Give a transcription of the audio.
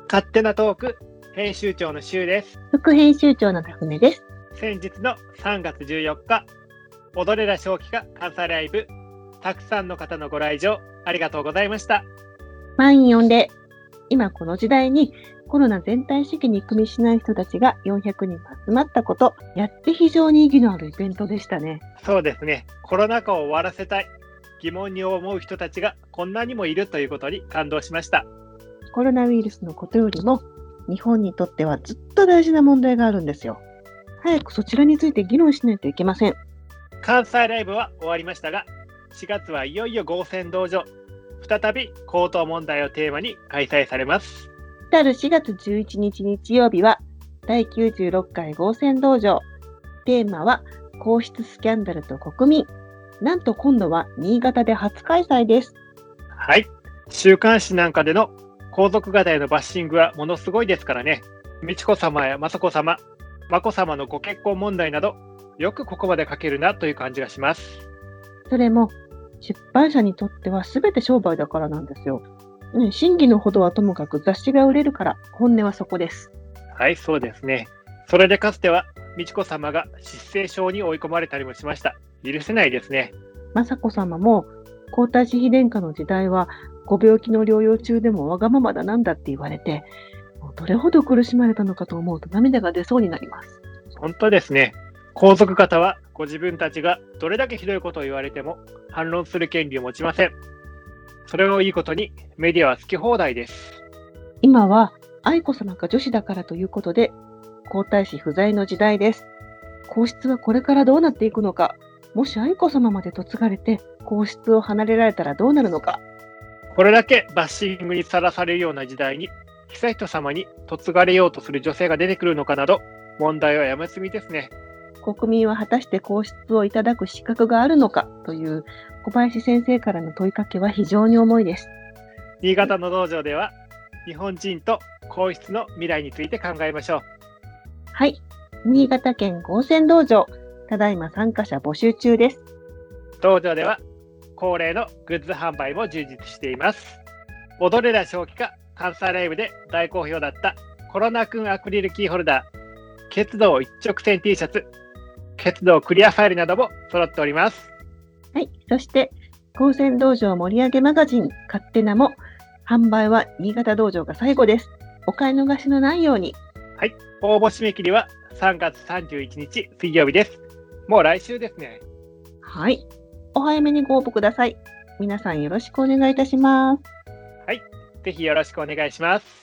勝手なトーク編集長のしゅうです。 副編集長のたふねです。 先日の3月14日、踊れら正気か関西ライブ、たくさんの方のご来場ありがとうございました。 満員御礼。今この時代にコロナ全体主義に組みしない人たちが400人も集まったこと、やって非常に意義のあるイベントでしたね。 そうですね。コロナ禍を終わらせたい、疑問に思う人たちがこんなにもいるということに感動しました。 コロナウイルスのことよりも日本にとってはずっと大事な問題があるんですよ。早くそちらについて議論しないといけません。 関西ライブは終わりましたが、4月はいよいよ合船道場、再び口頭問題をテーマに開催されます。 来る4月11日日曜日は第96回合船道場。テーマは皇室スキャンダルと国民。なんと今度は新潟で初開催です。 はい。週刊誌なんかでの皇族方へのバッシングはものすごいですからね。美智子さまや雅子さま、眞子さまのご結婚問題など、よくここまで書けるなという感じがします。 それも出版社にとっては全て商売だからなんですよ。真偽のほどはともかく雑誌が売れるから、本音はそこです。 はい、そうですね。それでかつては美智子さまが失声症に追い込まれたりもしました。許せないですね。 雅子さまも皇太子妃殿下の時代はご病気の療養中でもわがままだなんだって言われて、どれほど苦しまれたのかと思うと涙が出そうになります。 本当ですね。皇族方はご自分たちがどれだけひどいことを言われても反論する権利を持ちません。それをいいことにメディアは好き放題です。 今は愛子さまが女子だからということで皇太子不在の時代です。皇室はこれからどうなっていくのか、もし愛子さままで嫁がれて皇室を離れられたらどうなるのか。 これだけバッシングにさらされるような時代に悠仁さまに嫁がれようとする女性が出てくるのかなど、問題は山積みですね。 国民は果たして皇室をいただく資格があるのかという小林先生からの問いかけは非常に重いです。 新潟の道場では日本人と皇室の未来について考えましょう。 はい、新潟県合船道場、ただいま参加者募集中です。 道場では恒例のグッズ販売も充実しています。踊れら正気か関西ライブで大好評だったコロナくんアクリルキーホルダー、結道一直線 T シャツ、結道クリアファイルなども揃っております。 はい、そして合船道場盛り上げマガジン勝手なも販売は新潟道場が最後です。お買い逃しのないように。 はい、応募締め切りは3月31日水曜日です。もう来週ですね。 はい、お早めにご応募ください。皆さんよろしくお願いいたします。 はい、ぜひよろしくお願いします。